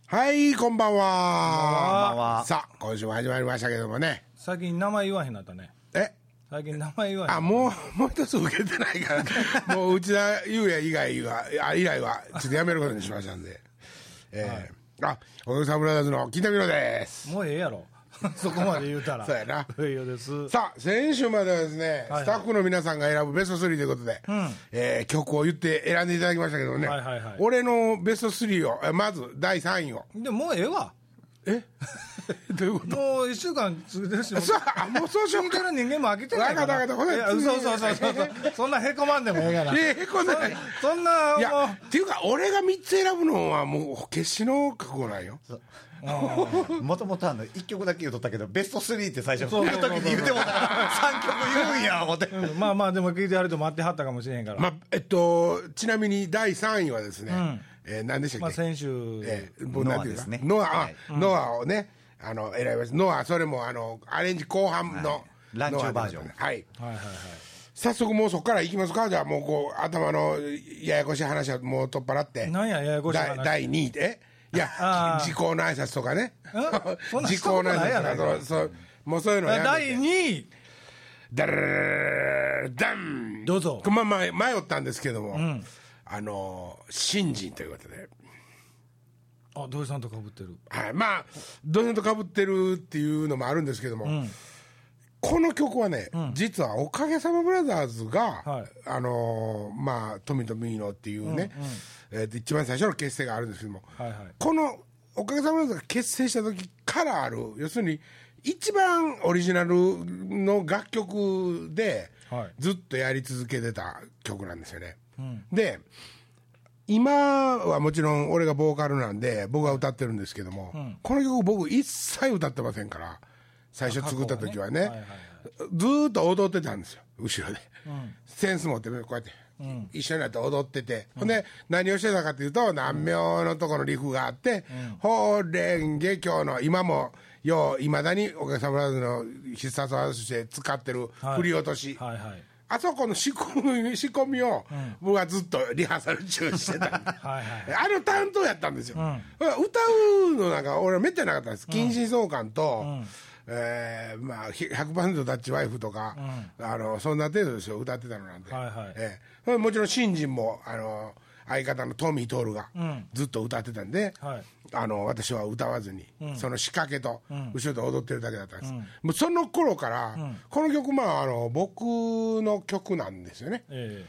はい、こんばんは。 こんばんは。 さあ、今週も始まりましたけどもね。 最近名前言わへんなったね。最近名前言わへん。 もう一つ受けてないからもう内田裕也以来はちょっとやめることにしましたんでおかげさまブラザーズの金田美濃です。 もうええやろそこまで言うたらそうやな。 いいよです。 さあ、先週まではですね、 はいはい、 スタッフの皆さんが選ぶベスト3ということで、曲を言って選んでいただきましたけどね、 はいはいはい、 俺のベスト3をまず第3位を。 でもうええわ。 どういうこと？ もう1週間続いてるし、 もうそうしようか。 聞いてる人間も飽きてないから。そうそんなへこまんでもええから。 へこんでない。 そんな。 いやっていうか俺が3つ選ぶのはもう決死の覚悟ないよ。 もともと1曲だけ言うとったけどベスト3って最初言う時に言うてもらったから3曲言うんや思って、 まあまあでも聞いてはると待ってはったかもしれへんから、 ちなみに第3位はですね、何でしたっけ。 まあ先週、 ノアですね。 ノアをね選びました。ノア、それもアレンジ後半のランチューバージョン。 はい早速もうそこからいきますか。じゃあもうこう頭のややこしい話はもう取っ払って、 何やややこしい話。 第2位でいや時効の挨拶とかね時効の挨拶とかもうそういうのやめて。 第2位ダルダン。 どうぞ。 迷ったんですけども、新人ということで、 土井さんと被ってる。 はい、まあ土井さんと被ってるっていうのもあるんですけども、この曲はね、実はおかげさまブラザーズが、まあ富とミーノっていうね、一番最初の結成があるんですけども、このおかげさまブラザーズが結成した時からある、要するに一番オリジナルの楽曲でずっとやり続けてた曲なんですよね。で今はもちろん俺がボーカルなんで僕が歌ってるんですけども、この曲僕一切歌ってませんから。最初作った時はね、ずーっと踊ってたんですよ後ろで、センス持ってこうやって、一緒になって踊ってて、ほんで何をしてたかというと南明のところのリフがあって「ほれんげ今日の」今もいまだにおかげさまブラザーズの必殺技として使ってる振り落とし、あそこの仕込みを僕はずっとリハーサル中してたんで担当やったんですよ、歌うのなんか俺めっちゃなかったんです。近親相関と、まあ、100% ダッチワイフとか、そんな程度ですよ歌ってたのなんで、もちろん新人も相方のトミー・トールがずっと歌ってたんで、私は歌わずに、その仕掛けと後ろで踊ってるだけだったんです、もうその頃から、この曲、まあ、僕の曲なんですよね。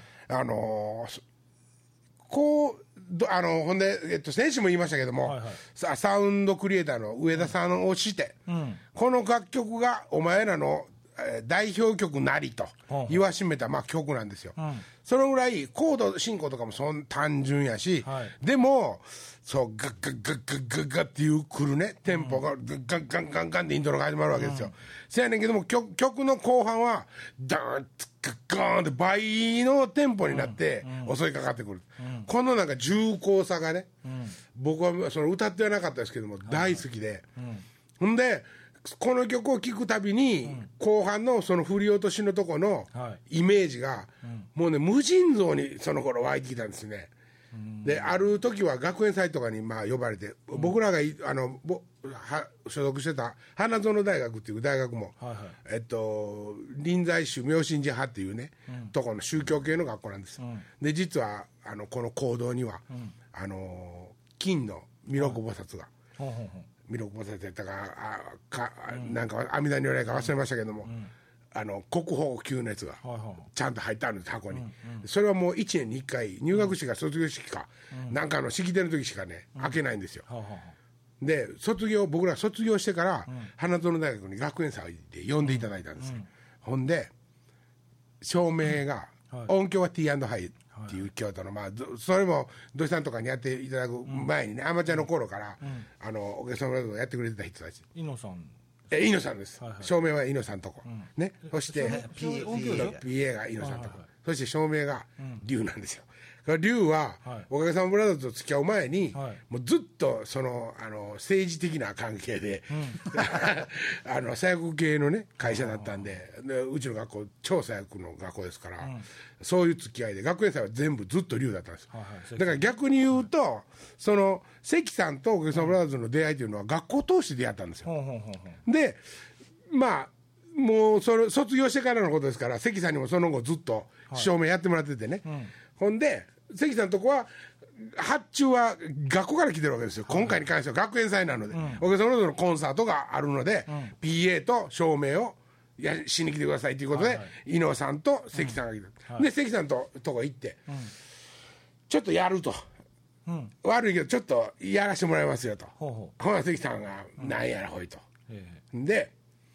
こうほんで、先週も言いましたけども、サウンドクリエイターの上田さんをして、この楽曲がお前らの代表曲なりと言わしめた、まあ、曲なんですよ、そのぐらいコード進行とかも単純やし、でもそうガッガッガッガッガッガッっていうくるねテンポがガッガッガンガンガンってイントロが始まるわけですよ、せやねんけども曲の後半はダーンガッガーンって倍のテンポになって襲いかかってくる、このなんか重厚さがね、僕はその歌ってはなかったですけども大好きで、ほんでこの曲を聴くたびに、後半のその振り落としのとこのイメージが、もうね無尽蔵にその頃湧いてきたんですね。である時は学園祭とかにまあ呼ばれて、僕らが所属してた花園大学っていう大学も、臨済宗妙心寺派っていうね、とこの宗教系の学校なんです、で実はこの講堂には、金の弥勒菩薩が、弥勒菩薩やったかなんか阿弥陀如来か忘れましたけども、国宝級のやつがちゃんと入ってあるんです箱に、それはもう1年に1回入学式か卒業式か、なんか式典の時しかね開けないんですよ、で僕ら卒業してから花園大学に学園祭で呼んでいただいたんですよ、ほんで照明が、音響は T&Hiっていう京都の、まあ、それも土井さんとかにやっていただく前にね、アマチュアの頃から、お客様をやってくれてた人たち。 猪野さんです、照明は猪野さんとこ、ね、そして PA が猪野さんとこ、そして照明が龍なんですよ。 龍は、 はいおかげさまブラザーズと付き合う前に、 はいもうずっと政治的な関係で、左翼系のね会社だったんで、うちの学校超左翼の学校ですから、そういう付き合いで学園祭は全部ずっと龍だったんですよ、 はいはいだから逆に言うと関さんとおかげさまブラザーズの出会いというのは学校を通して出会ったんですよ、 ほうほうほうほうでまあもう卒業してからのことですから関さんにもその後ずっと照明やってもらっててね、ほんで関さんのとこは発注は学校から来てるわけですよ、今回に関しては学園祭なので、おかげさまのコンサートがあるので、PA と照明をしに来てくださいということで、伊野さんと関さんが来た、で関さんとこ行って、ちょっとやると、悪いけどちょっとやらせてもらいますよと、ほな関さんがなんやらほいと、で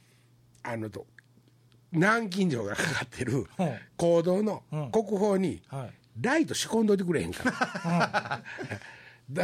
南京錠がかかってる講堂の国宝にライト仕込んどいてくれへんから、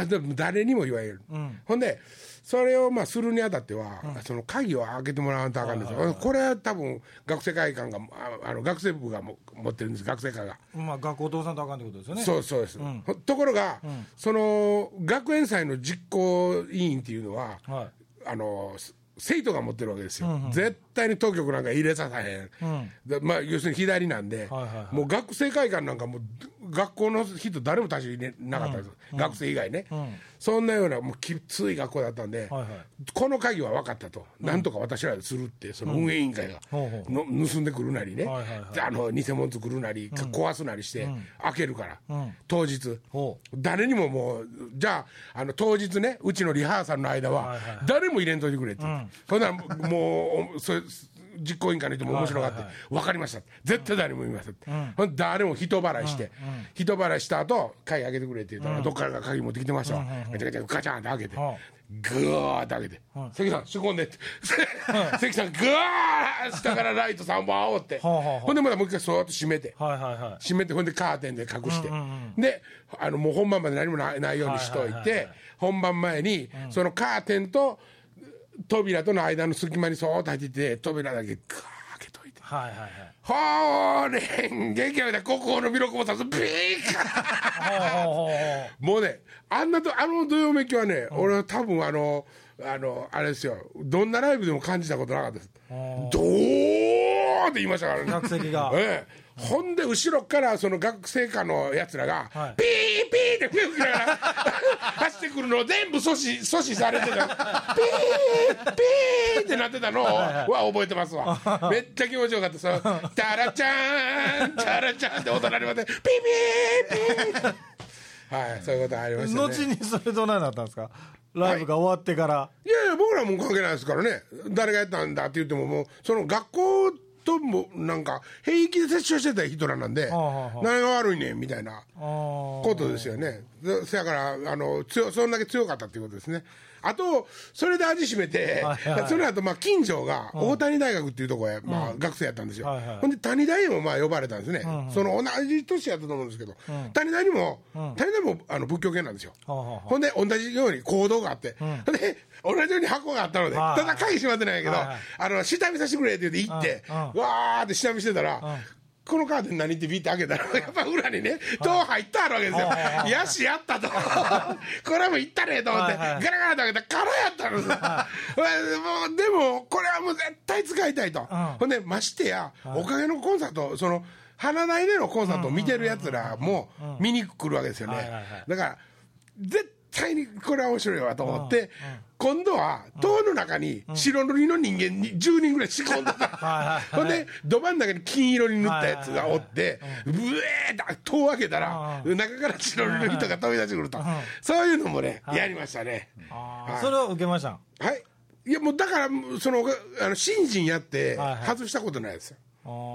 誰にも言われる、ほんでそれをするにあたっては、その鍵を開けてもらわんとあかんですよ、これは多分学生会館が学生部が持ってるんです、学生会が、 学校通さんとあかんってことですよね。 そうです、ところが、その学園祭の実行委員っていうのは、生徒が持ってるわけですよ、絶対に当局なんか入れさせへん、要するに左なんで、もう学生会館なんかもう学校の人誰も立ち入れなかったです、学生以外ね、そんなようなもうきつい学校だったんで、この鍵は分かったと、なんとか私らでするって、その運営委員会が盗んでくるなりね、偽物作るなり、壊すなりして開けるから、当日誰にももうじゃあ当日ね、うちのリハーサルの間は誰も入れんといてくれって、ほんならもうそれ実行委員会の人も面白がって、分かりました、絶対誰も言いませんって、ほんで誰も人払いして、人払いした後鍵開けてくれって言ったら、どっからか鍵持ってきてましたわ、ガチャガチャガチャンって開けて、グワーって開けて、関さん仕込んでって関さんグワー下からライト3本煽って、ほんでまたもう一回そーっと閉めて、閉めて、ほんでカーテンで隠して、でもう本番まで何もないようにしといて、本番前にそのカーテンと扉との間の隙間にそーっと入ってて、扉だけグワー開けといて、ほーれん元気が出た国宝の弥勒菩薩ビーカもうね、どよめきはね、俺は多分あれですよ、どんなライブでも感じたことなかったです。どーって言いましたからね、 学生が、 ほんで後ろからその学生課のやつらが、ピーピーって笛吹きながら走ってくるのを全部阻止されてた、ピーピーってなってたのは覚えてますわ。めっちゃ気持ちよかった。そのタラちゃんチャラちゃんって音鳴りまでピーピーピーはい、そういうことありましたね。 後にそれどないなったんですか、ライブが終わってから。 いやいや、僕らも関係ないですからね、誰がやったんだって言っても、もうその学校ともなんか平気で接触してた人らなんで、何が悪いねんみたいなことですよね。そやからそんだけ強かったっていうことですね。あとそれで味しめて、その後近所が大谷大学っていうところへ学生やったんですよ。ほんで谷大へも呼ばれたんですね。その同じ年やったと思うんですけど、谷大も仏教系なんですよ。ほんで同じように講堂があって、で同じように箱があったので、ただ鍵閉まってないけど、下見させてくれって言って行って、わーって下見してたら、このカーテン何ってビって開けたら、やっぱ裏にね戸入ってあるわけですよ。やしやったとこれはもう行ったねと思って、ガラガラと開けたら空やったんですよ。でもこれはもう絶対使いたいと。ほんでましてやおかげのコンサート、その花大でのコンサートを見てるやつらも見に来るわけですよね。だから絶対にこれは面白いわと思って、今度は塔の中に白塗りの人間に10人ぐらい仕込んでた。ほんでど真ん中に金色に塗ったやつがおって、ブエーッと戸を開けたら中から白塗りの人が飛び出してくると、そういうのもねやりましたね。 それを受けました。 はい。いやもうだからその新人やって外したことないですよ。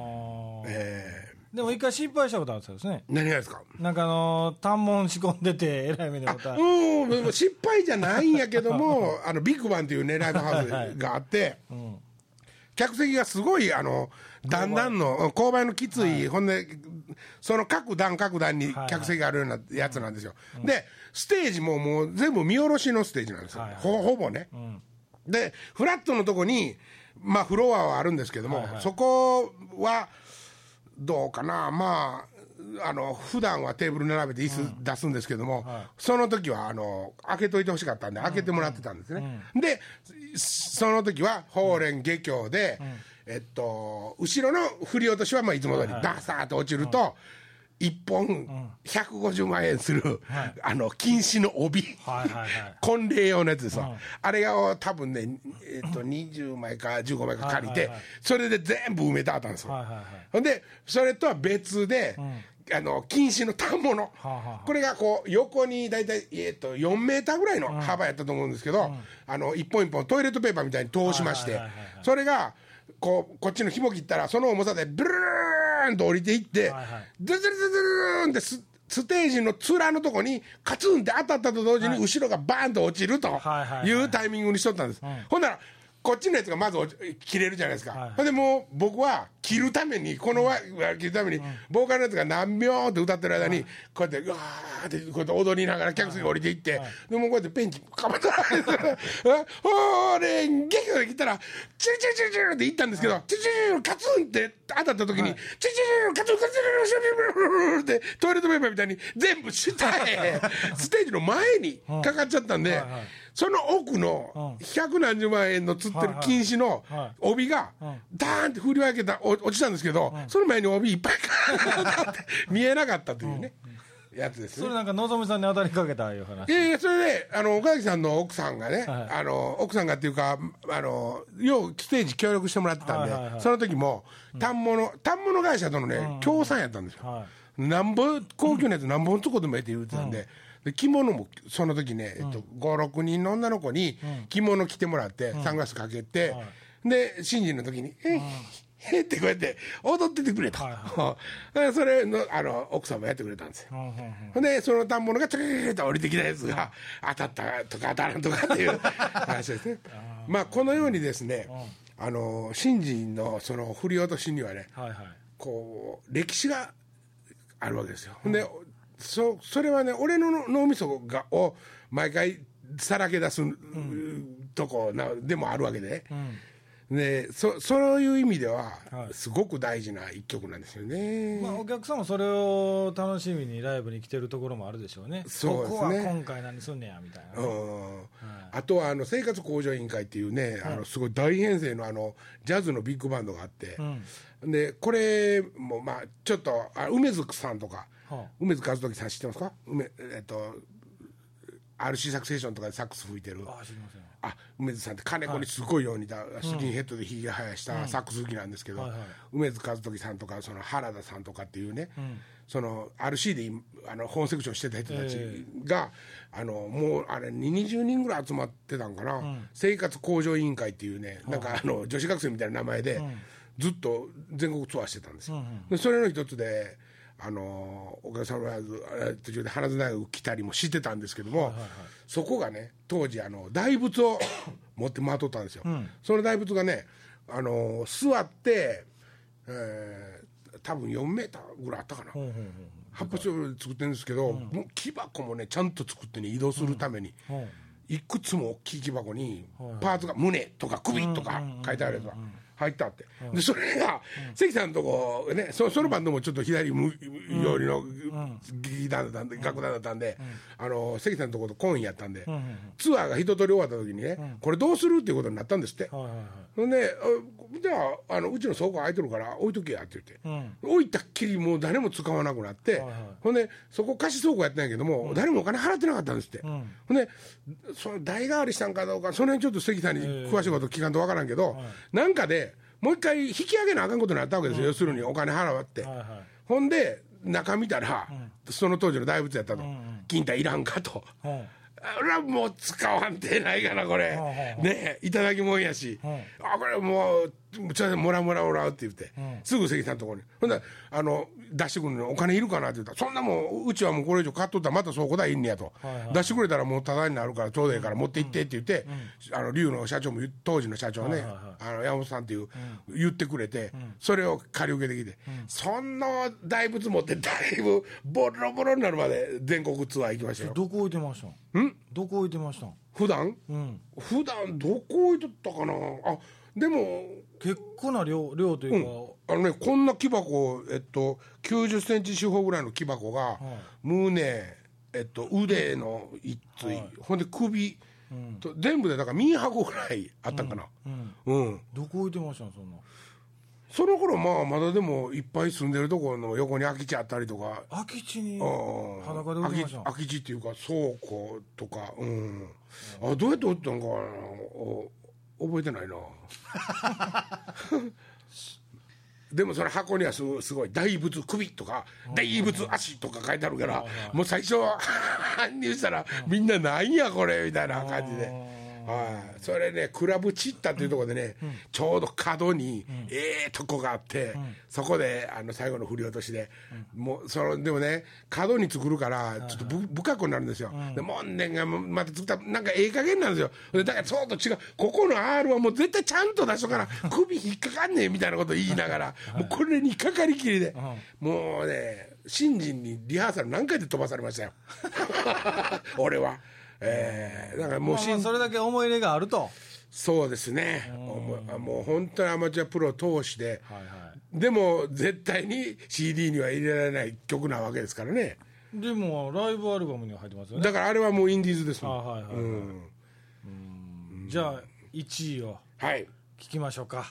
でも一回失敗したことあるんですね。 何がですか。 なんか単門仕込んでてえらい目に遭った。 でも失敗じゃないんやけどもビッグバンっていうねライブハウスがあって、客席がすごい段々の勾配のきつい、ほんでその各段に客席があるようなやつなんですよ。でステージもう全部見下ろしのステージなんですよ、ほぼね。でフラットのとこにフロアはあるんですけども、そこはどうかな、 普段はテーブル並べて椅子出すんですけども、その時は開けといてほしかったんで開けてもらってたんですね、でその時は法蓮華経で、後ろの振り落としはまあいつも通りダサーッと落ちると、1本150万円する、金糸の帯、婚礼用のやつですわ、あれが多分ね、20枚か15枚か借りて、それで全部埋めてあったんですよ、ほんでそれとは別で、金糸の反物、これがこう横に大体、4メーターぐらいの幅やったと思うんですけど、一本一本トイレットペーパーみたいに通しまして、それがこっちの紐切ったらその重さでブルーンと降りていって、ズルズルズルズルンってステージの面のとこにカツンって当たったと同時に後ろがバーンと落ちるというタイミングにしとったんです、ほんならこっちのやつがまず切れるじゃないですか、ほんでもう僕は切るためにこの輪切るために、ボーカルのやつが何秒って歌ってる間にこうやってうわーってこうやって踊りながら客席が降りていって、でもうこうやってペンチかまったら俺劇場で来たらチュルチュルチュルチュルっていったんですけど、チュルチュルチュルカツンって当たった時に、チュルチュルチュルカツンカツンカツンってトイレットペーパーみたいに全部下へステージの前にかかっちゃったんで、その奥の百何十万円の釣ってる金糸の帯がダーンって振り分けた落ちたんですけど、その前に帯いっぱいかって見えなかったというね、やつですね。 それなんかのぞみさんに当たりかけたいう話。 いやいや、それで岡崎さんの奥さんがね、奥さんがっていうかようステージ協力してもらってたんで、その時も反物会社とのね協賛やったんですよ、なんぼ高級なやつ何本つこうでもええって言ってたんで、着物もその時ね、56人の女の子に着物着てもらってサングラスかけて、で新人の時にへってこうやって踊っててくれと、それの奥さんもやってくれたんですよ、ほんでその反物がチューッと降りてきたやつが当たったとか当たらんとかっていう話ですねまあこのようにですね、新人のその振り落としにはね、こう歴史があるわけですよ、ほんでそれはね、俺の脳みそを毎回さらけ出す、とこでもあるわけでね、そういう意味ではすごく大事な一曲なんですよね、 お客さんもそれを楽しみにライブに来てるところもあるでしょうね。 そうですね、 ここは今回何すんねやみたいな、 あとは生活向上委員会っていうね、すごい大編成のジャズのビッグバンドがあって、でこれもまあちょっと梅津さんとか、梅津和時さん知ってますか。RC サクセーションとかでサックス吹いてる、 知りません。 梅津さんって金子にすごいように似たスキンヘッドでひげ生やしたサックス好きなんですけど、梅津和時さんとかその原田さんとかっていうね、その RC で本セクションしてた人たちが、もうあれ20人ぐらい集まってたんかな、生活向上委員会っていうね、なんか女子学生みたいな名前でずっと全国ツアーしてたんですよ、でそれの一つでおかげさまで途中で花津大学来たりもしてたんですけども、そこがね当時大仏を持って回っとったんですよ、その大仏がね座って、多分4メーターぐらいあったかな、発泡スチロールで作ってるんですけど、もう木箱もねちゃんと作ってね移動するために、いくつも大きい木箱にパーツが胸とか首とか書いてあるやつが入ったって、でそれが関さんのとこね、そのバンドもちょっと左向よりの劇団だったんで、楽団だったんで、関さんのとこと懇意やったんで、ツアーが一通り終わった時にね、これどうするっていうことになったんですって。ほんでじゃあうちの倉庫空いてるから置いとけやって言って、置いたっきりもう誰も使わなくなって、ほんでそこ貸し倉庫やったんやけども、誰もお金払ってなかったんですって。ほんでその代替わりしたんかどうか、その辺ちょっと関さんに詳しいこと聞かんと分からんけど、なんかでもう一回引き上げなあかんことになったわけですよ、要するにお金払って、ほんで中見たら、その当時の大仏やったと、金太いらんかと、俺はもう使わんてないかなこれ、ねいただきもんやし、これもうちょっともらうって言って、すぐ関さんのところに、ほんで出してくるのにお金いるかなって言ったら、そんなもんうちはもうこれ以上買っとったらまたそこだいんねやと、出してくれたらもうタダになるからちょうどいいから持って行ってって言って、龍の社長も当時の社長ね、山本さんっていう言ってくれて、それを借り受けてきて、そんな大仏持ってだいぶボロボロになるまで全国ツアー行きましたよ。 どこ置いてました？どこ置いてました？ 普段どこ置いとったかな。 でも結構な量というか、 こんな木箱、90センチ四方ぐらいの木箱が、胸、腕の一対、ほんで首、全部でだから3箱ぐらいあったんかな。 どこ置いてましたんそんな。 その頃まだでもいっぱい住んでるところの横に空き地あったりとか、 空き地に裸で置いてましたん。 空き地っていうか倉庫とか、どうやって置いたんかな、覚えてないなでもその箱にはすごい大仏首とか大仏足とか書いてあるから、もう最初搬入したらみんななんやこれみたいな感じで。それねクラブチッタっていうところでね、ちょうど角にとこがあって、そこで最後の振り落としで、もうでもね角に作るからちょっと不格好になるんですよ、で門殿がまた作ったらなんか加減なんですよ。だからそうと違う、ここの R はもう絶対ちゃんと出しとかな首引っかかんねえみたいなこと言いながらもうこれにかかりきりで、もうね新人にリハーサル何回で飛ばされましたよ俺は。だからもうそれだけ思い入れがあると。 そうですね、もう本当にアマチュアプロ通しで、でも絶対に CD には入れられない曲なわけですからね。 でもライブアルバムには入ってますよね。 だからあれはもうインディーズですもん。じゃあ1位を聞きましょうか。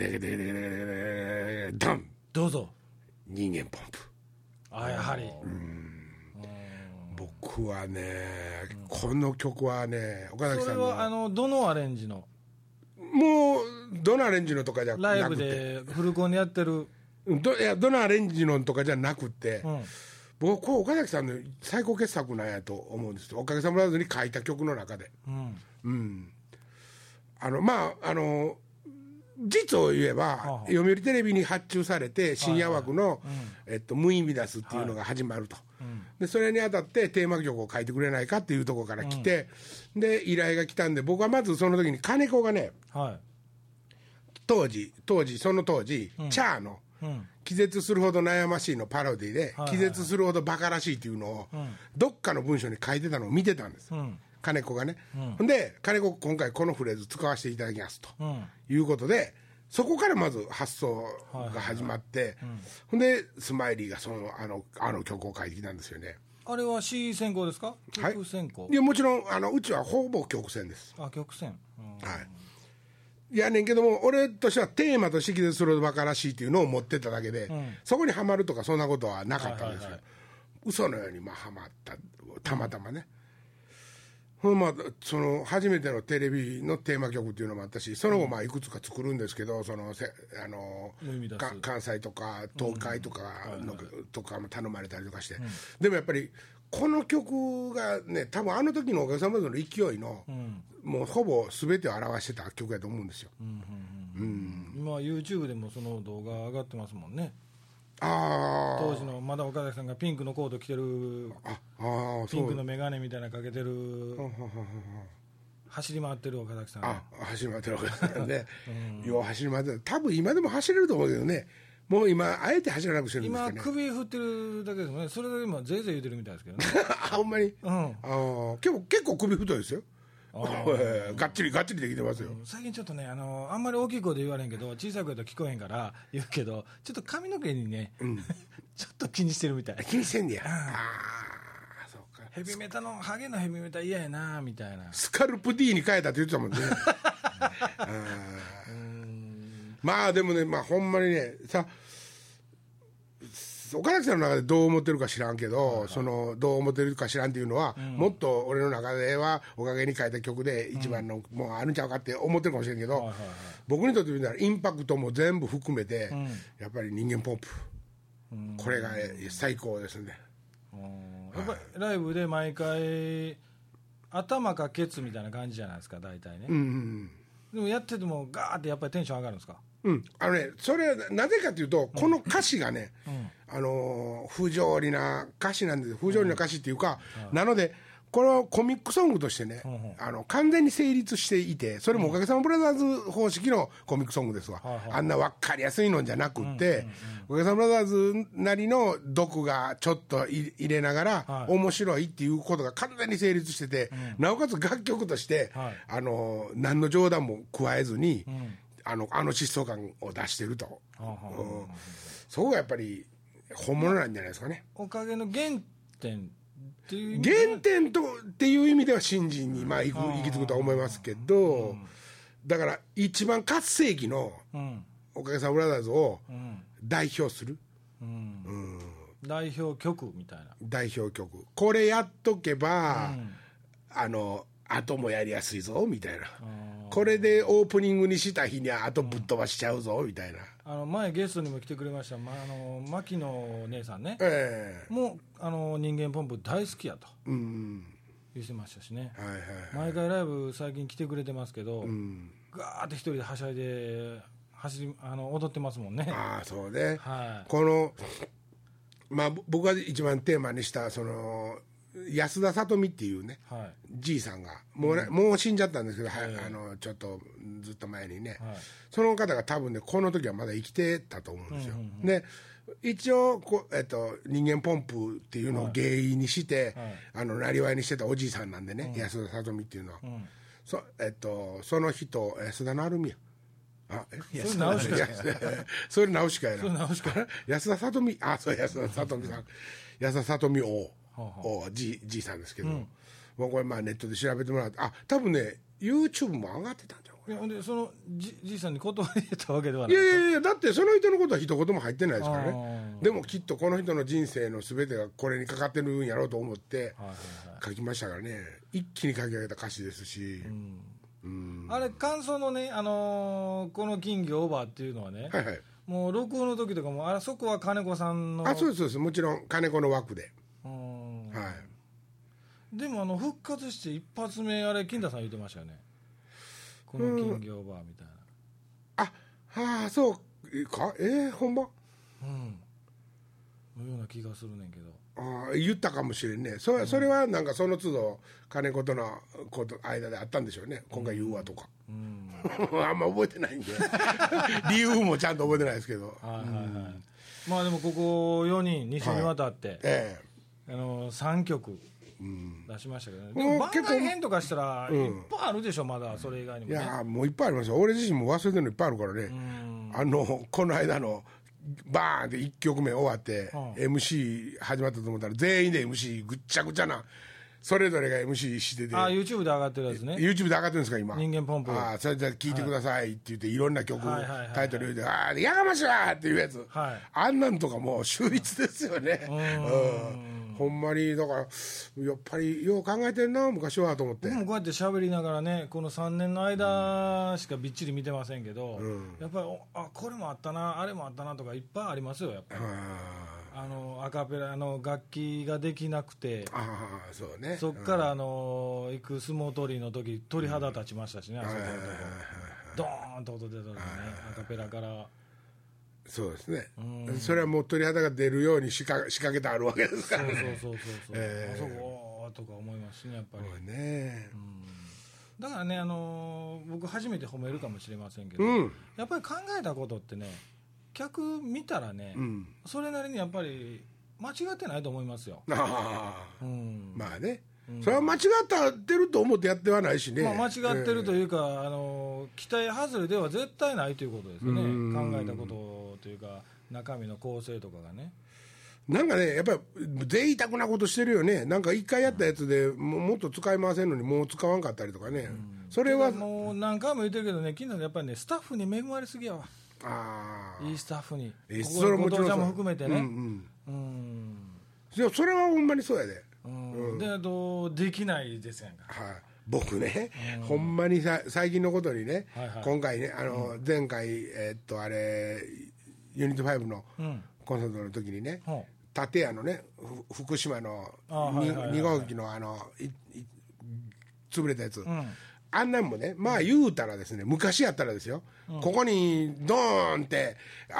ダン、 どうぞ。 人間ポンプ。 やはり僕はね、この曲はね、岡崎さんのそれはどのアレンジの、 もうどのアレンジのとかじゃなくて、 ライブでフルコンでやってるいやどのアレンジのとかじゃなくて、僕こう岡崎さんの最高傑作なんやと思うんですよ。おかげさまでに書いた曲の中で、実を言えば読売テレビに発注されて深夜枠の無意味出すっていうのが始まると、でそれにあたってテーマ曲を書いてくれないかっていうところから来て、で依頼が来たんで、僕はまずその時に金子がね、当時チャーの気絶するほど悩ましいのパロディで、気絶するほどバカらしいっていうのをどっかの文章に書いてたのを見てたんです、金子がね。ほんで金子今回このフレーズ使わせていただきますということで、そこからまず発想が始まって、ほんでスマイリーがあの曲を書いてきたんですよね。 あれは C 先行ですか、曲先行。 いやもちろんうちはほぼ曲線です。 曲線、 やねんけども、俺としてはテーマとして気絶するほどバカらしいっていうのを持ってただけで、そこにはまるとかそんなことはなかったんですよ。嘘のようにはまったたまたまね。その初めてのテレビのテーマ曲っていうのもあったし、その後いくつか作るんですけど、関西とか東海とかとかも頼まれたりとかして、でもやっぱりこの曲がね、多分あの時のおかげさまでの勢いの、もうほぼ全てを表してた曲やと思うんですよ。 今 YouTube でもその動画上がってますもんね。 当時のまだ岡崎さんがピンクのコート着てる、ピンクの眼鏡みたいなかけてる、走り回ってる岡崎さんが、 走り回ってる岡崎さんねよう走り回ってる。多分今でも走れると思うけどね、もう今あえて走らなくしてるんですかね。 今首振ってるだけですもんね。それで今ぜいぜい言うてるみたいですけどねほんまに、結構首太いですよがっちりできてますよ。 最近ちょっとね、あんまり大きい声で言われんけど、小さい声だと聞こえへんから言うけど、ちょっと髪の毛にね、ちょっと気にしてるみたい。 気にしてんねや。そうか。 ヘビメタのハゲのヘビメタ嫌やなみたいな。 スカルプ D に変えたって言ってたもんねまあでもね、ほんまにね、岡崎さんの中でどう思ってるか知らんけど、どう思ってるか知らんっていうのは、もっと俺の中ではおかげに書いた曲で一番の、もうあるんちゃうかって思ってるかもしれんけど、僕にとってみたらインパクトも全部含めて、やっぱり人間ポンプ、これが最高ですね。 やっぱりライブで毎回頭かケツみたいな感じじゃないですか大体ね。でもやっててもガーってやっぱりテンション上がるんですか。 それはなぜかというと、この歌詞がね、不条理な歌詞なんです。不条理な歌詞っていうか、なのでこれはコミックソングとしてね、完全に成立していて、それもおかげさまブラザーズ方式のコミックソングですわ。あんな分かりやすいのじゃなくって、おかげさまブラザーズなりの毒がちょっと入れながら、面白いっていうことが完全に成立してて、なおかつ楽曲として、何の冗談も加えずに、 疾走感を出してると、そこがやっぱり本物なんじゃないですかね。 おかげの原点っていう意味原点っていう意味では新人に行き着くとは思いますけど、だから一番活性期のおかげさんブラザーズを代表する、 代表曲みたいな、 代表曲、これやっとけば、後もやりやすいぞみたいな、これでオープニングにした日には後ぶっ飛ばしちゃうぞみたいな。 前ゲストにも来てくれました、牧野姉さんね、もう人間ポンプ大好きやと言ってましたしね、毎回ライブ最近来てくれてますけど、ガーって一人ではしゃいで踊ってますもんね。 そうね、この僕が一番テーマにしたその安田聡美っていうね、じいさんがもう死んじゃったんですけど、ちょっとずっと前にね、その方が多分ねこの時はまだ生きてたと思うんですよ。で一応人間ポンプっていうのを原因にして、なりわいにしてたおじいさんなんでね、安田聡美っていうのは、その人安田成美や。 それ直しかやそれ直しかやな。安田聡美、そう安田聡美さん、安田聡美じいさんですけど、もうこれネットで調べてもらって、多分ね YouTube も上がってたんじゃん。 でそのじいさんに断りたわけではない。 いやだってその人のことは一言も入ってないですからね。でもきっとこの人の人生の全てがこれにかかってるんやろうと思って書きましたからね。一気に書き上げた歌詞ですし、 あれ感想のね、この金魚オーバーっていうのはね、もう録音の時とかもあそこは金子さんの、 そうですもちろん金子の枠で、 でも復活して一発目あれ金田さん言ってましたよね、この金魚オーバーみたいな。 そうか、ほんま、 のような気がするねんけど。 言ったかもしれんね。それはなんかその都度金子との間であったんでしょうね。今回言うわとか、あんま覚えてないんで理由もちゃんと覚えてないですけど、 まあでもここ4人2週にわたって、3曲出しましたけどね。でも番外編とかしたらいっぱいあるでしょ、まだそれ以外にもね。 いやもういっぱいありますよ。俺自身も忘れてるのいっぱいあるからね。この間のバーンって1曲目終わって、MC 始まったと思ったら全員で MC ぐっちゃぐちゃな、それぞれが MC してて、 YouTube で上がってるやつね。 YouTube で上がってるんですか今。 人間ポンプ。 それじゃあ聴いてくださいって言って、いろんな曲タイトル言うて、やがましいわっていうやつ、あんなんとかもう秀逸ですよね。ほんまにだからやっぱりよう考えてるな昔はと思って。 僕もこうやって喋りながらね、この3年の間しかびっちり見てませんけど、やっぱりこれもあったなあれもあったなとかいっぱいありますよ。やっぱりアカペラの楽器ができなくて、 そうね、 そっから行く相撲取りの時鳥肌立ちましたしね、あそこのとこドーンと音出た時ね、アカペラから。 そうですね、それはもう鳥肌が出るように仕掛けてあるわけですからね。 そうあそことか思いますね、やっぱりね。 だからね、僕初めて褒めるかもしれませんけど、やっぱり考えたことってね、客見たらね、それなりにやっぱり間違ってないと思いますよ。まあね、それは間違ってると思ってやってはないしね。 間違ってるというか、期待外れでは絶対ないということですよね。考えたことというか中身の構成とかがね、 なんかねやっぱり贅沢なことしてるよね。なんか一回やったやつでもっと使いませんのにもう使わんかったりとかね、それはもう何回も言ってるけどね、昨日やっぱりね、スタッフに恵まれすぎやわ。いいスタッフに、 それもちろん後藤ちゃんも含めてね、 それはほんまにそうやで。 でできないですやんか。 僕ね、ほんまに最近のことにね、今回ね、前回あれユニット5のコンサートの時にね、立屋のね福島の2号機の潰れたやつ、あんなんもね、まあ言うたらですね、昔やったらですよ、ここにドーンって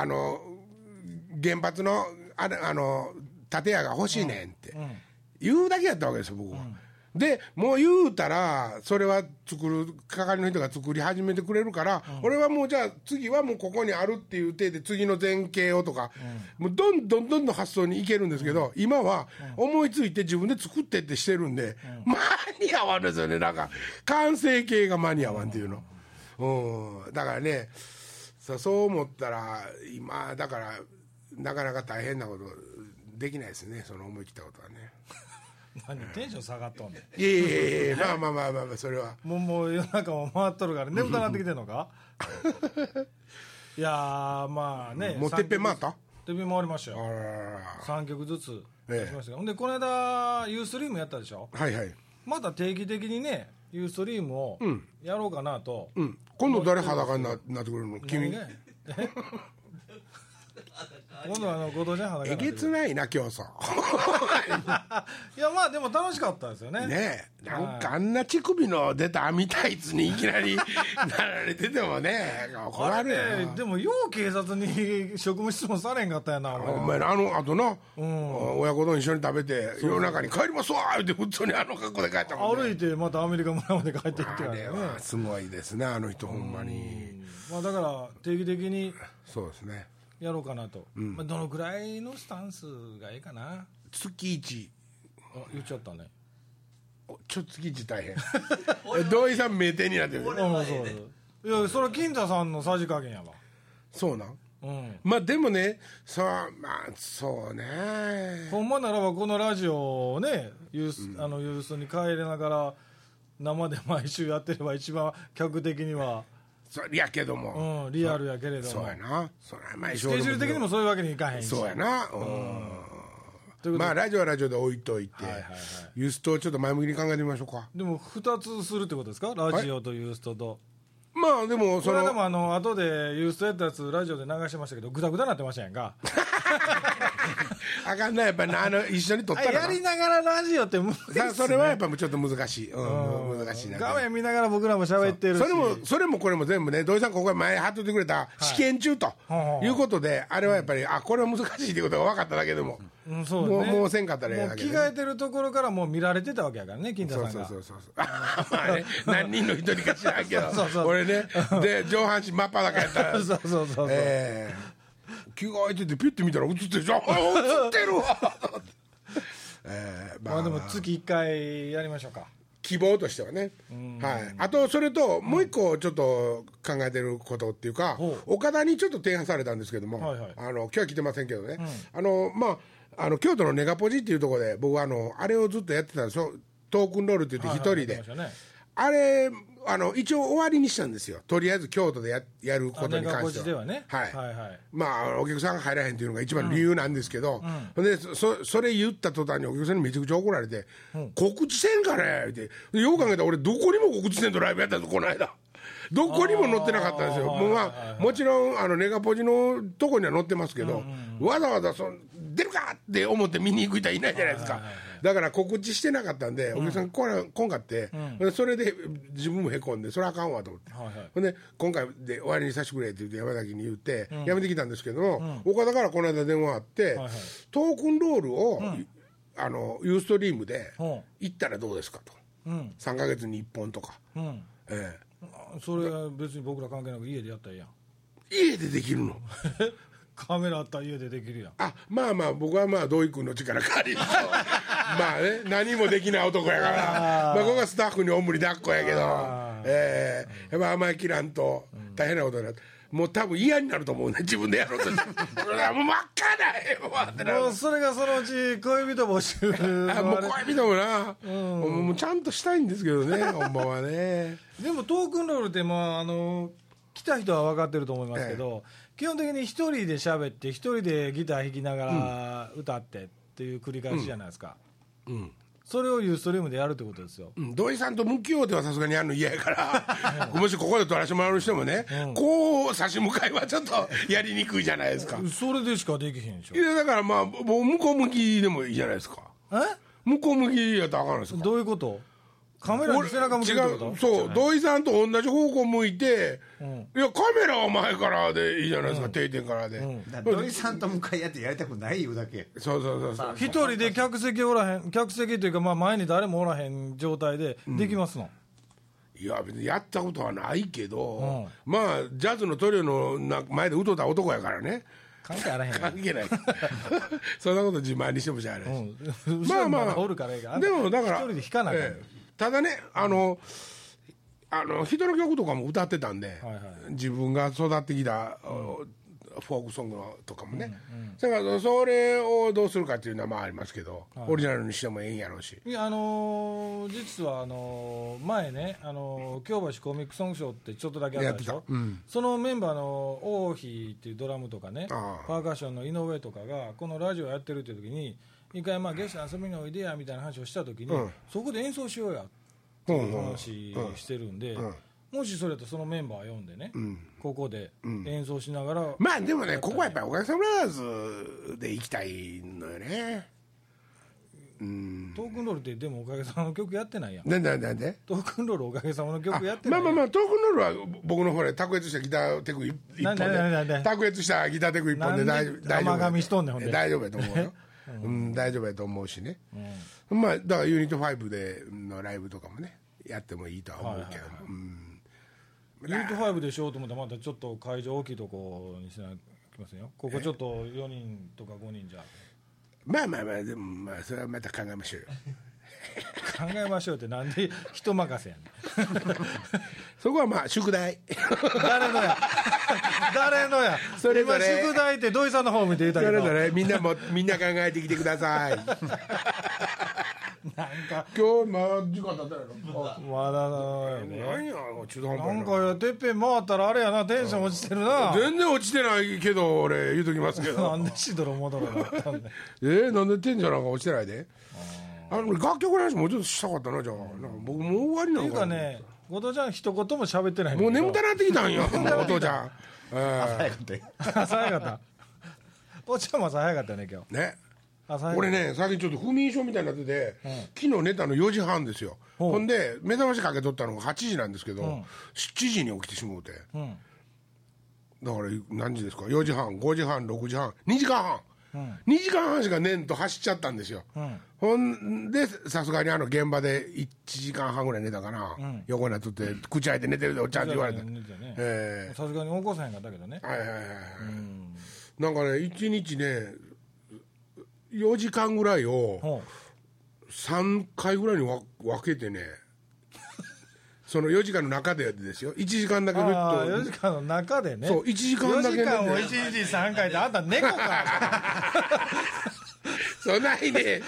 原発の建屋が欲しいねんって言うだけやったわけですよ僕は。でもう言うたらそれは係の人が作り始めてくれるから、俺はもうじゃあ次はもうここにあるっていう体で次の前景をとか、もうどんどん発想にいけるんですけど、今は思いついて自分で作ってってしてるんで、間に合わんですよね。なんか完成形が間に合わんっていうの、 だからねそう思ったら今だからなかなか大変なことできないですね、その思い切ったことはね。 何テンション下がっとんねん。 いやまあそれはもう夜中も回っとるから眠たなってきてんのかいやまあね、 もうてっぺん回った？ てっぺん回りましたよ。3曲ずつしましたほんでこの間ユーストリームやったでしょ。 はいはい。 また定期的にねユーストリームをやろうかなと、 今度誰裸になってくるの？君今度は後藤ちゃん裸になってくる。 えげつないな今日さいやまあでも楽しかったですよね。 ねえなんかあんな乳首の出た網タイツにいきなりなられててもね困るよな。 でもよう警察に職務質問されんかったやな。 お前あとな、親子丼一緒に食べて夜中に帰りますわーって普通に格好で帰ったもんね。 歩いてまたアメリカ村まで帰っていってからね。 あれはすごいですねあの人ほんまに。 まあだから定期的にそうですねやろうかなと、どのくらいのスタンスがいいかな。 月1 言っちゃったね。 ちょっと月1大変土井さん名店になってる。 そういやそれ金太さんのさじ加減やわ。 そうなん、まあでもねそうねほんまならばこのラジオをねユースに帰りながら生で毎週やってれば一番客的にはやけども、 リアルやけれどもそうやなそれは毎週スケジュール的にもそういうわけにいかへんし。 そうやなまあラジオはラジオで置いといて、ユーストをちょっと前向きに考えてみましょうか。 でも2つするってことですか、ラジオとユーストと。 まあでもこれでも後でユーストやったやつラジオで流してましたけどグダグダなってましたやんかあかんなやっぱり一緒に撮ったらやりながらラジオって難しい、ね、 それはやっぱちょっと難しい、難しいな。 画面見ながら僕らも喋ってるしそれもこれも全部ね土井さんここ前貼っといてくれた試験中ということで、あれはやっぱりこれは難しいということが分かっただけでも、 そうね、 もうせんかったらもう着替えてるところからもう見られてたわけやからね金太さんが。 そうまあね何人の一人か知らんけど俺ねで上半身真っ裸やったらそう着替えててピュッて見たら映ってるじゃん映ってるわまあでも月1回やりましょうか、 希望としてはね、はい、あとそれともう一個ちょっと考えてることっていうか、岡田にちょっと提案されたんですけども、今日は来てませんけどね、京都のネガポジっていうところで僕はあれをずっとやってたんですよ、トークンロールって言って一人で、あれ一応終わりにしたんですよ、とりあえず京都でやることに関しては。まあお客さんが入らへんっていうのが一番の理由なんですけど、でそれ言った途端にお客さんにめちゃくちゃ怒られて、告知せんかねって。よう考えたら俺どこにも告知せんとライブやったんですこの間。どこにも載ってなかったんですよ。もちろんネガポジのとこには載ってますけど、わざわざ出るかって思って見に行く人はいないじゃないですか。だから告知してなかったんで、お客さん来んかって、それで自分もへこんでそれはあかんわと思って、ほんで今回で終わりにさせてくれって言って山崎に言って、やめてきたんですけども、岡田からこの間電話あって、トークンロールをユーストリームで行ったらどうですかと、3ヶ月に1本とか、 それは別に僕ら関係なく家でやったらいいやん。 家でできるのカメラあったら家でできるやん。 まあ僕は土井君の力借りるとまあね何もできない男やからここがスタッフにおんぶに抱っこやけど、やっぱ甘えきらんと大変なことになって、もう多分嫌になると思うね自分でやろうとしてもう真っ赤だよもうそれがそのうち恋人募集もう恋人もな、もうちゃんとしたいんですけどねほんまはね。 でもトークンロールって来た人は分かってると思いますけど、基本的に一人で喋って一人でギター弾きながら歌ってっていう繰り返しじゃないですか、それをユーストリームでやるってことですよ。 土井さんと向き合うてはさすがにやるの嫌やからもしここで撮らせてもらう人もね、こう差し向かいはちょっとやりにくいじゃないですか。 それでしかできへんでしょ。 いやだから向こう向きでもいいじゃないですか。向こう向きやったらあかんですか。 どういうこと？カメラに背中向けるってこと？ そう、土井さんと同じ方向向いて、いやカメラは前からでいいじゃないですか、定点からで、 土井さんと向かい合ってやりたくないいうだけ。 そう一人で客席というか前に誰もおらへん状態でできますの？ いや別にやったことはないけど、まあジャズのトリオの前で歌った男やからね、 関係あらへん関係ないそんなこと自慢にしてもしゃあないし、 まあおるからいいが、 でもだから一人で弾かないから、 ただね人の曲とかも歌ってたんで、自分が育ってきた、フォークソングとかもね、だからそれをどうするかっていうのはまあありますけど、オリジナルにしてもええんやろうし。 いや実は前ね京橋コミックソングショーってちょっとだけあったでしょ、そのメンバーの王妃っていうドラムとかねパーカッションの井上とかがこのラジオやってるっていう時に一回ゲスト遊びにおいでやみたいな話をした時に、そこで演奏しようやっていう話してるんで、もしそれだとそのメンバー読んでね、ここで演奏しながら、 まあでもねここはやっぱりおかげさまブラザーズで行きたいのよね。 トークンロールってでもおかげさまの曲やってないやん。 なんでトークンロールおかげさまの曲やってない。 まあトークンロールは僕の方で卓越したギターテク一本で卓越したギターテク一本で大丈夫。 甘噛みしとんねんほんで。 大丈夫やと思うよ。大丈夫やと思うしね。まあだからユニット5でのライブとかもねやってもいいとは思うけど。 ユニット5でしようと思ったらまたちょっと会場大きいとこにしなきませんよ。ここちょっと4人とか5人じゃまあでもそれはまた考えましょうよ。 考えましょうってなんで人任せやねん。 そこはまあ宿題。 誰のやそれぞれ今宿題って土井さんの方見て言うたけど、 それぞれみんな考えてきてください。 なんか今日まだ時間経ったやろ。 まだよね。 何や中途半端なんかてっぺん回ったらあれやな、テンション落ちてるな。 全然落ちてないけど俺言うときますけど。 なんでしどろもどろなったんだなんでテンションなんか落ちてないで。楽曲の話もうちょっとしたかったな。じゃあ僕もう終わりなのかな。っていうかね、後藤ちゃん一言も喋ってない。 もう眠たなってきたんよ後藤ちゃん。 朝早かった。お茶も朝早かったね今日ね。俺ね最近ちょっと不眠症みたいになってて、昨日寝たの4時半ですよ。ほんで目覚ましかけとったのが8時なんですけど、7時に起きてしもうて、だから何時ですか、4時半5時半6時半2時間半、2時間半しか寝んと走っちゃったんですよ。ほんでさすがに現場で1時間半ぐらい寝たかな、横になっとって口開いて寝てるでおっちゃんって言われて、 さすがに起こさへんかったけどね。 なんかね1日ね4時間ぐらいを3回ぐらいに分けてねその4時間の中でですよ。1時間だけ 4時間の中でね。 そう1時間だけ 4時間を1日3回ってあんた猫かそないね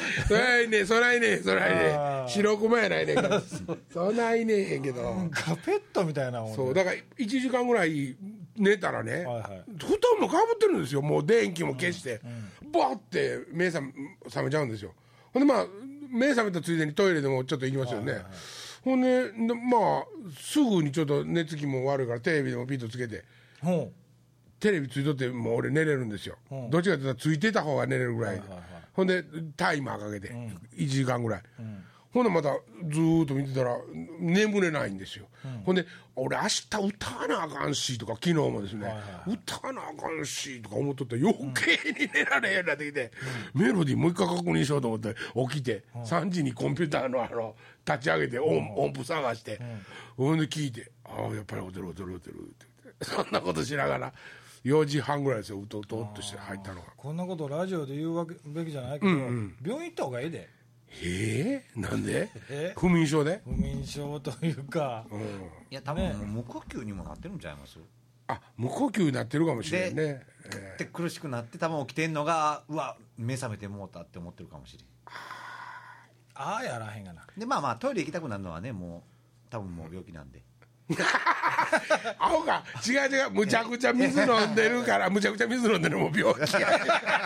白熊やないねんからそないねえへんけどカペットみたいなもん。 そうだから1時間ぐらい寝たらね、布団もかぶってるんですよ。もう電気も消して、バーって目覚めちゃうんですよ。ほんで目覚めたついでにトイレでもちょっと行きますよね。ほんですぐにちょっと寝つきも悪いからテレビでもピッとつけて、テレビついとってもう俺寝れるんですよ。どっちかというとついてた方が寝れるぐらいで、ほんでタイマーかけて1時間ぐらい、ほんでまたずーっと見てたら眠れないんですよ。ほんで俺明日歌わなあかんしとか昨日もですね、歌わなあかんしとか思っとって余計に寝られへんようになってきて、メロディーもう一回確認しようと思って起きて、3時にコンピューターの立ち上げて音符探して、ほんで聞いてやっぱり踊るって言ってそんなことしながら4時半ぐらいですよ。うとうとっとして入ったのが。 こんなことラジオで言うべきじゃないけど、病院行った方がええで。 なんで不眠症で？ 不眠症というか、 いや多分無呼吸にもなってるんちゃいます？ 無呼吸になってるかもしれんね。 で苦しくなって多分起きてんのが目覚めてもうたって思ってるかもしれん。 やらへんがな。 でトイレ行きたくなるのはねもう多分もう病気なんでアホか。違うむちゃくちゃ水飲んでるからむちゃくちゃ水飲んでるのも病気や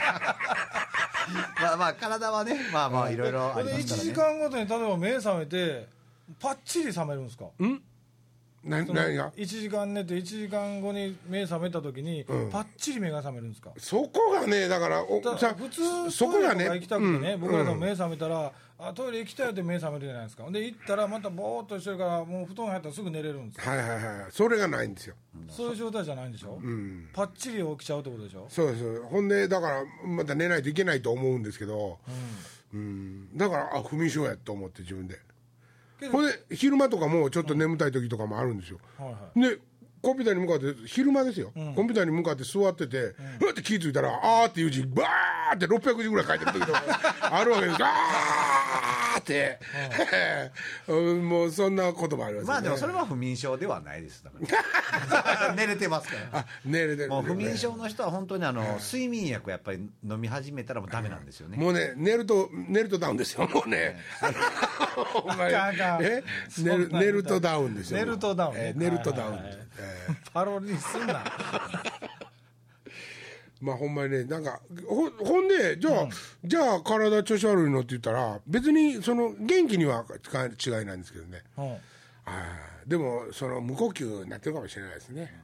体はねいろいろありますからね。 1時間ごとに例えば目覚めてパッチリ覚めるんですか？ 何が 1時間寝て1時間後に目覚めた時に、パッチリ目が覚めるんですか？ そこがねだから普通そこがね行きたくてね、僕らの目覚めたらトイレ行きたいって目覚めるじゃないですか。で行ったらまたボーっとしてるからもう布団入ったらすぐ寝れるんですよ。 それがないんですよ。 そういう状態じゃないんでしょ。パッチリ起きちゃうってことでしょ。 そうです。ほんでだからまた寝ないといけないと思うんですけど、だから不眠症やと思って自分で。ほんで昼間とかもちょっと眠たい時とかもあるんですよ。でコンピューターに向かって昼間ですよ、コンピューターに向かって座っててふって気づいたらっていう字バーって600字ぐらい書いてる時とかあるわけです。 ーって、もうそんなこともありますね。 まあでもそれは不眠症ではないです。だから寝れてますから。 寝れてる。 もう不眠症の人は本当に睡眠薬やっぱり飲み始めたらもうダメなんですよね。 もうね、寝るとダウンですよ。もうね。寝るとダウンですよ。 寝るとダウン。 寝るとダウン。 パロリすんな。 まあほんまにね、なんかほんでじゃあ体調子悪いのって言ったら別にその元気には違いないんですけどね、でもその無呼吸になってるかもしれないですね。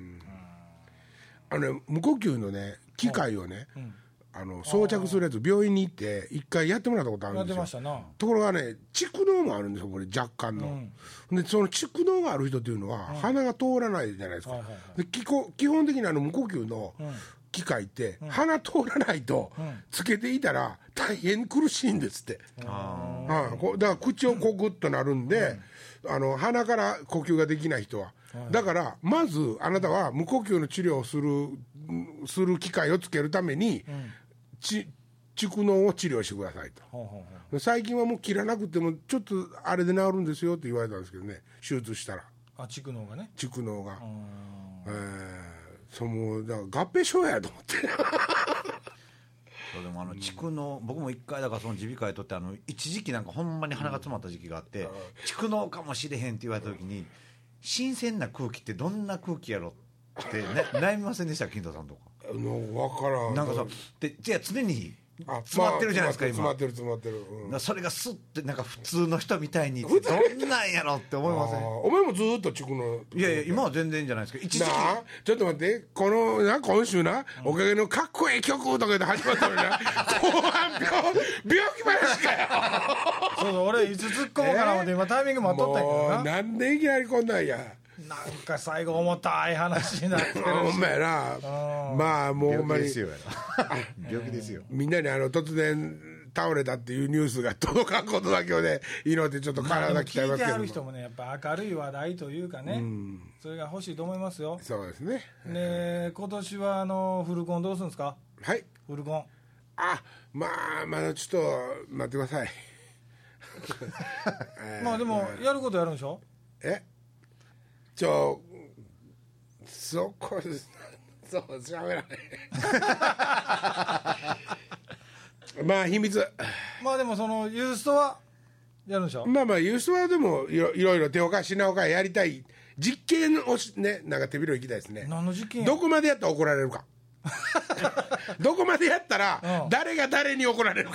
無呼吸のね機械をね、装着するやつ病院に行って一回やってもらったことあるんですよ。ところがね蓄膿もあるんですよ、これ若干の、でその蓄膿がある人っていうのは、鼻が通らないじゃないですか、で基本的に無呼吸の機械って、鼻通らないとつけていたら大変苦しいんですって。だから口をこうグッとなるんで、鼻から呼吸ができない人は、だからまずあなたは無呼吸の治療をする機械をつけるために、蓄膿を治療してくださいと。最近はもう切らなくてもちょっとあれで治るんですよって言われたんですけどね、手術したら。 蓄膿がね。 蓄膿が。だから合併症やと思ってそうでも蓄膿、僕も一回だからその耳鼻科へとって一時期なんかほんまに鼻が詰まった時期があって、蓄膿かもしれへんって言われた時に、新鮮な空気ってどんな空気やろって悩みませんでした？金田さんとか。 分からん。 なんかでじゃあ常に詰まってるじゃないですか、今。 詰まってる、 それがスッてなんか普通の人みたいにどんなんやろって思いません？ お前もずっと蓄膿。 いや今は全然じゃないですか。一時期ちょっと待って、今週おかげのかっこいい曲とかで始まったのにな後半病気話かよそう俺いつ突っ込もうかな思って今タイミング待っとったんやけどな。 なんでいきなりこんなんや。 なんか最後重たい話になってるしほんまやな。まあもうほんまに病気ですよ。 みんなに突然倒れたっていうニュースが届かんことだけをね祈ってちょっと体鍛えますけども、聞いてある人もねやっぱ明るい話題というかね、それが欲しいと思いますよ。 そうですね。 で今年はフルコンどうするんですか？ はい、 フルコン。 まだちょっと待ってくださいまあでもやることやるんでしょ？ そう喋らないまあ秘密。 まあでもそのユーストはやるんでしょ？ ユーストはでもいろいろ手を貸し品を貸しやりたい実験をね、なんか手広い行きたいですね。 何の実験？ どこまでやったら怒られるかどこまでやったら誰が誰に怒られるか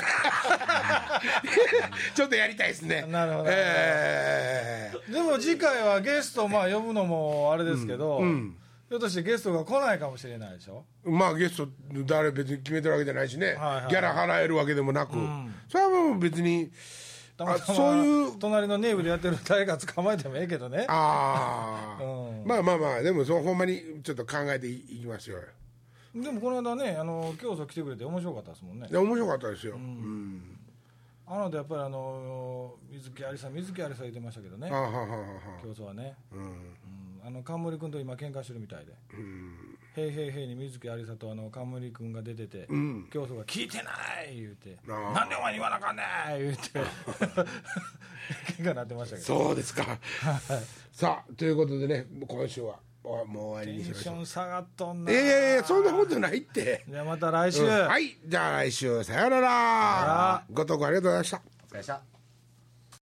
ちょっとやりたいですね。 なるほど、でも次回はゲスト呼ぶのもあれですけど、ひょっとしてゲストが来ないかもしれないでしょ。 ゲスト誰別に決めてるわけじゃないしね、ギャラ払えるわけでもなく、それはもう別にそういう隣のネーブでやってる誰か捕まえてもええけどね。 まあでもほんまにちょっと考えていきますよ。 でもこの間ね教祖来てくれて面白かったですもんね。 いや面白かったですよ。 やっぱり水木有沙言ってましたけどね、教祖はね、冠君と今喧嘩してるみたいで、へいへいへいに水木有沙と冠君が出てて、教祖が聞いてない言うて、なんでお前に言わなあかんねん言うて喧嘩になってましたけど。 そうですかさあということでね、今週はもう終わりにしましょう。 テンション下がっとんな。 そんなことないって。 じゃあまた来週、 はい、じゃあ来週さよなら。後藤君ありがとうございました。 お疲れ様でした。